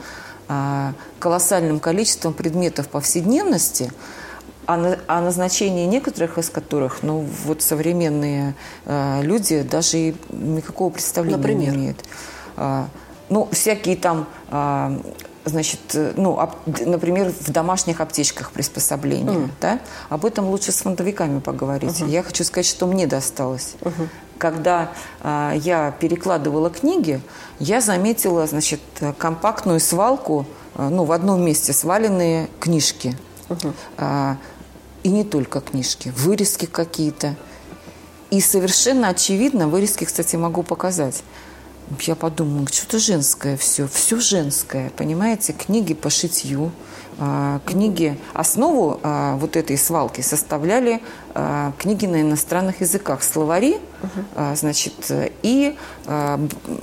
а, колоссальным количеством предметов повседневности, о, о назначении некоторых из которых, ну, вот современные э, люди даже и никакого представления Например? не имеют. А, ну, всякие там, а, значит, ну, ап, например, в домашних аптечках приспособления, mm. да? Об этом лучше с фондовиками поговорить. Uh-huh. Я хочу сказать, что мне досталось. Uh-huh. Когда а, я перекладывала книги, я заметила, значит, компактную свалку, а, ну, в одном месте сваленные книжки. Uh-huh. А, и не только книжки, вырезки какие-то. И совершенно очевидно, вырезки, кстати, могу показать. Я подумала, что-то женское все, все женское, понимаете? Книги по шитью, а, книги. Основу а, вот этой свалки составляли а, книги на иностранных языках, словари, uh-huh. а, значит, и а,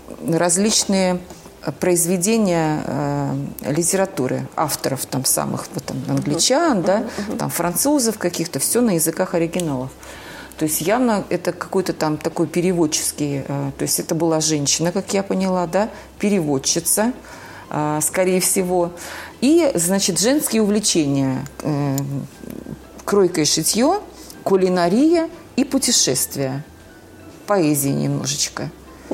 различные произведения э, литературы, авторов там самых, вот, там, англичан, uh-huh. да, uh-huh. там французов каких-то, все на языках оригиналов. То есть явно это какой-то там такой переводческий, э, то есть это была женщина, как я поняла, да, переводчица, э, скорее всего. И, значит, женские увлечения, э, кройка и шитье, кулинария и путешествия, поэзии немножечко.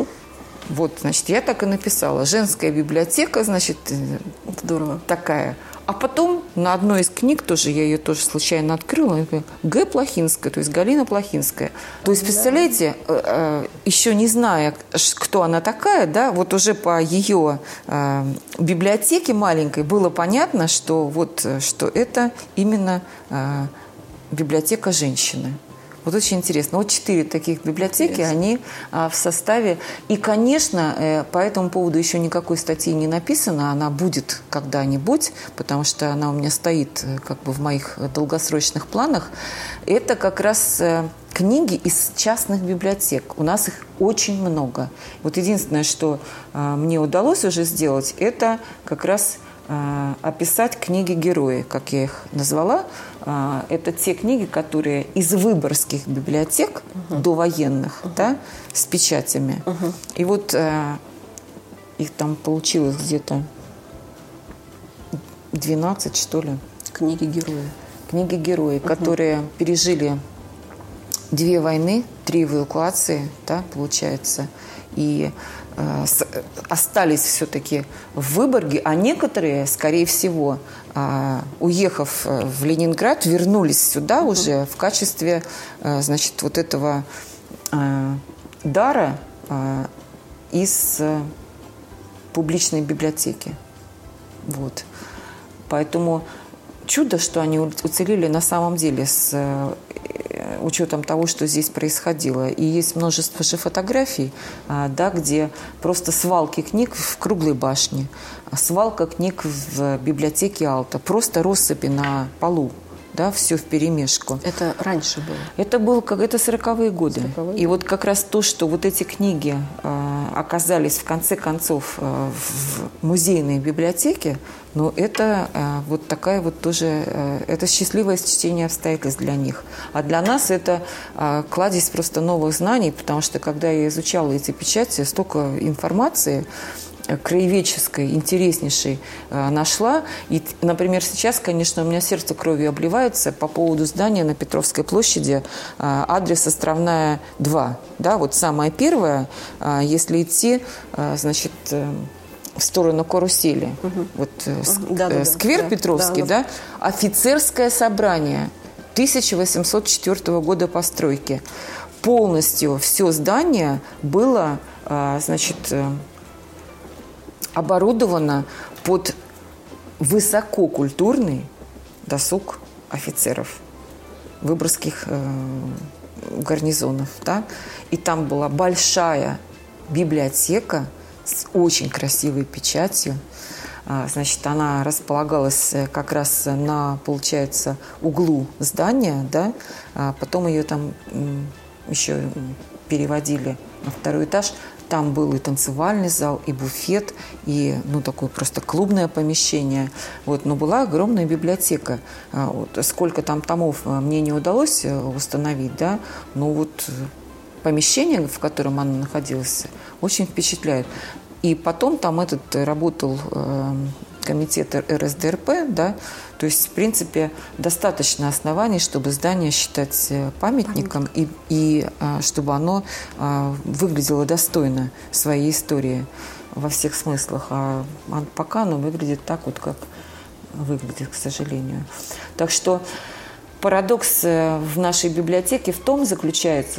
Вот, значит, я так и написала. Женская библиотека, значит, здорово. Такая. А потом на одной из книг, тоже я ее тоже случайно открыла, Г. Плохинская, то есть Галина Плохинская. То есть, представляете, еще не зная, кто она такая, да, вот уже по ее библиотеке маленькой было понятно, что, вот, что это именно библиотека женщины. Вот очень интересно. Вот четыре таких библиотеки, интересно. Они а, в составе. И, конечно, э, по этому поводу еще никакой статьи не написано. Она будет когда-нибудь, потому что она у меня стоит э, как бы в моих долгосрочных планах. Это как раз э, книги из частных библиотек. У нас их очень много. Вот единственное, что э, мне удалось уже сделать, это как раз э, описать книги-герои, как я их назвала. Это те книги, которые из выборгских библиотек uh-huh. довоенных, uh-huh. да, с печатями. Uh-huh. И вот э, их там получилось где-то двенадцать, что ли. Книги-герои. Книги-герои, uh-huh. которые пережили две войны, три эвакуации, да, получается, и э, с, остались все-таки в Выборге, а некоторые, скорее всего, э, уехав в Ленинград, вернулись сюда uh-huh. уже в качестве, э, значит, вот этого э, дара э, из э, публичной библиотеки. Вот. Поэтому чудо, что они уцелели на самом деле с учетом того, что здесь происходило. И есть множество же фотографий, да, где просто свалки книг в круглой башне, свалка книг в библиотеке Алта, просто россыпи на полу. Да, все вперемешку. Это раньше было? Это было как это сороковые годы. сороковые? И вот как раз то, что вот эти книги э, оказались в конце концов э, в музейной библиотеке, ну, это э, вот такая вот тоже, э, это счастливое стечение обстоятельств для них. А для нас это э, кладезь просто новых знаний, потому что когда я изучала эти печати, столько информации, краеведческой, интереснейшей нашла. И, например, сейчас, конечно, у меня сердце кровью обливается по поводу здания на Петровской площади, адрес Островная два. Да, вот самое первое, если идти, значит, в сторону карусели. Угу. Вот да, да, сквер да, Петровский, да, да. Да, офицерское собрание тысяча восемьсот четвёртого года постройки. Полностью все здание было, значит, оборудовано под высококультурный досуг офицеров Выборгских э, гарнизонов. Да? И там была большая библиотека с очень красивой печатью. А, значит, она располагалась как раз на, получается, углу здания. Да? А потом ее там м, еще переводили на второй этаж. Там был и танцевальный зал, и буфет, и ну, такое просто клубное помещение. Вот. Но была огромная библиотека. Вот. Сколько там томов мне не удалось установить, да? Но вот помещение, в котором она находилась, очень впечатляет. И потом там этот работал э, комитет эр эс дэ эр пэ, да? То есть, в принципе, достаточно оснований, чтобы здание считать памятником и, и чтобы оно выглядело достойно своей истории во всех смыслах. А пока оно выглядит так вот, как выглядит, к сожалению. Так что парадокс в нашей библиотеке в том заключается,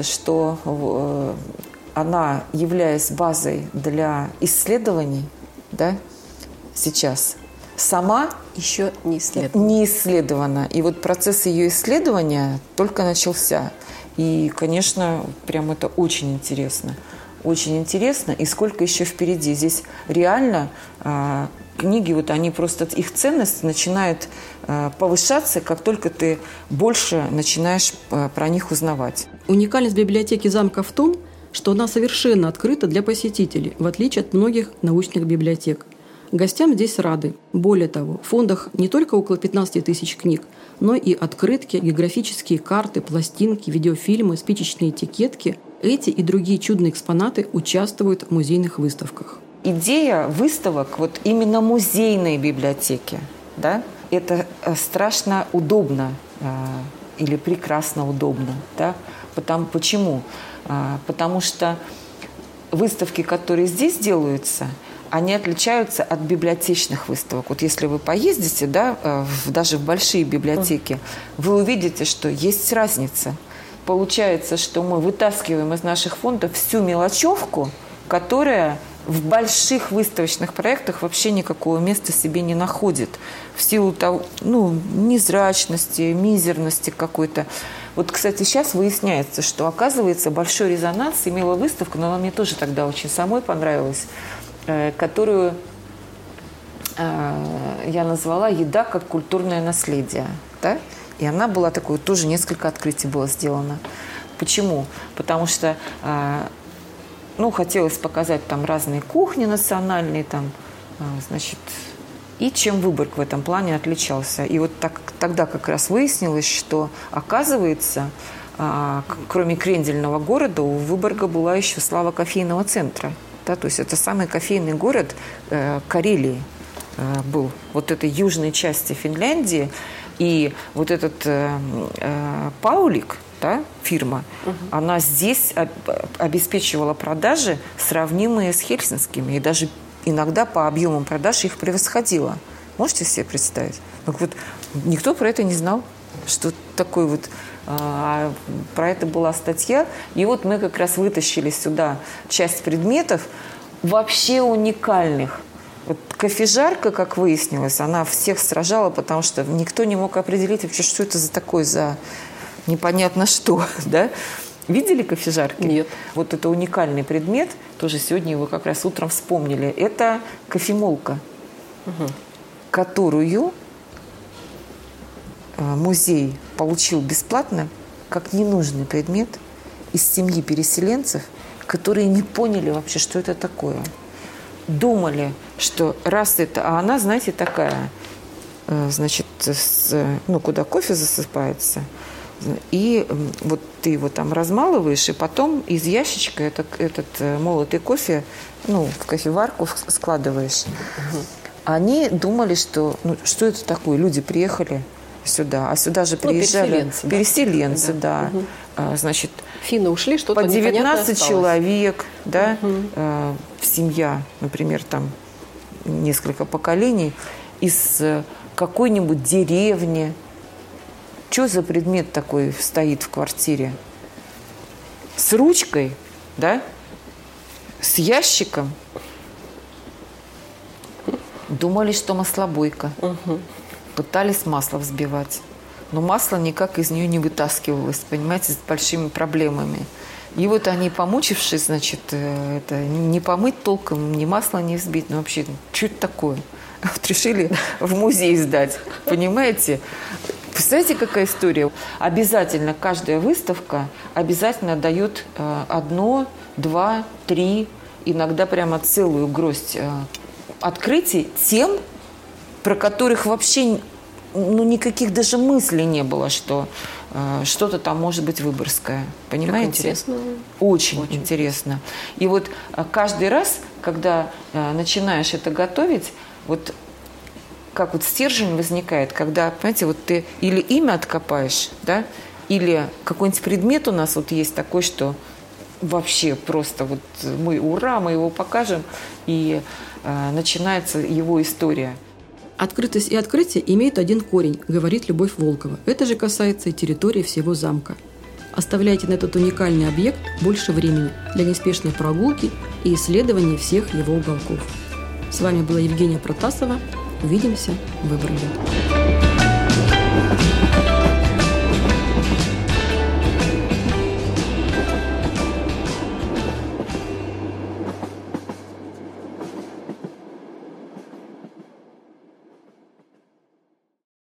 что она, являясь базой для исследований, да, сейчас сама еще не исследована. не исследована. И вот процесс ее исследования только начался. И, конечно, прям это очень интересно. Очень интересно. И сколько еще впереди. Здесь реально э, книги, вот они просто, их ценность начинает э, повышаться, как только ты больше начинаешь э, про них узнавать. Уникальность библиотеки замка в том, что она совершенно открыта для посетителей, в отличие от многих научных библиотек. Гостям здесь рады. Более того, в фондах не только около пятнадцати тысяч книг, но и открытки, географические карты, пластинки, видеофильмы, спичечные этикетки. Эти и другие чудные экспонаты участвуют в музейных выставках. Идея выставок вот именно музейной библиотеки, да, это страшно удобно э, или прекрасно удобно. Да? Потому, почему? Э, потому что выставки, которые здесь делаются, они отличаются от библиотечных выставок. Вот если вы поездите, да, в, даже в большие библиотеки, вы увидите, что есть разница. Получается, что мы вытаскиваем из наших фондов всю мелочевку, которая в больших выставочных проектах вообще никакого места себе не находит. В силу того, ну, незрачности, мизерности какой-то. Вот, кстати, сейчас выясняется, что, оказывается, большой резонанс имела выставка, но она мне тоже тогда очень самой понравилась, которую э, я назвала «Еда как культурное наследие». Да? И она была такой, тоже несколько открытий было сделано. Почему? Потому что э, ну, хотелось показать там разные кухни национальные, там, э, значит, и чем Выборг в этом плане отличался. И вот так, тогда как раз выяснилось, что, оказывается, э, кроме крендельного города, у Выборга была еще слава кофейного центра. Да, то есть это самый кофейный город э, Карелии э, был, вот этой южной части Финляндии. И вот этот э, э, Паулик, да, фирма, угу. она здесь об, обеспечивала продажи, сравнимые с хельсинскими. И даже иногда по объемам продаж их превосходила. Можете себе представить? Так вот, никто про это не знал, что такое вот... А, про это была статья. И вот мы как раз вытащили сюда часть предметов вообще уникальных. Вот кофежарка, как выяснилось, она всех сражала, потому что никто не мог определить вообще, что это за такое, за непонятно что. Да? Видели кофежарки? Нет. Вот это уникальный предмет, тоже сегодня его как раз утром вспомнили. Это кофемолка, угу. которую музей получил бесплатно как ненужный предмет из семьи переселенцев, которые не поняли вообще, что это такое. Думали, что раз это... А она, знаете, такая, значит, с, ну, куда кофе засыпается, И вот ты его там размалываешь, и потом из ящичка этот, этот молотый кофе, ну, в кофеварку складываешь. Угу. Они думали, что, ну, что это такое? Люди приехали сюда, а сюда же приезжали... Ну, переселенцы. Переселенцы, да. да. Угу. А, значит, финны ушли, что-то по девятнадцать человек, да, угу. э, семья, например, там несколько поколений, из какой-нибудь деревни. Что за предмет такой стоит в квартире? С ручкой, да? С ящиком. Думали, что маслобойка. Угу. Пытались масло взбивать. Но масло никак из нее не вытаскивалось, понимаете, с большими проблемами. И вот они, помучившись, значит, это не помыть толком, ни масло не взбить, ну вообще, что это такое? Вот решили в музей сдать, понимаете? Представляете, какая история? Обязательно каждая выставка обязательно дает одно, два, три, иногда прямо целую гроздь открытий тем, про которых вообще ну, никаких даже мыслей не было, что э, что-то там может быть выборгское. Понимаете? Так интересно. Очень, Очень интересно. И вот э, каждый раз, когда э, начинаешь это готовить, вот как вот стержень возникает, когда, понимаете, вот ты или имя откопаешь, да, или какой-нибудь предмет у нас вот есть такой, что вообще просто вот мы, ура, мы его покажем, и э, начинается его история. Открытость и открытие имеют один корень, говорит Любовь Волкова. Это же касается и территории всего замка. Оставляйте на этот уникальный объект больше времени для неспешной прогулки и исследования всех его уголков. С вами была Евгения Протасова. Увидимся в Выборге.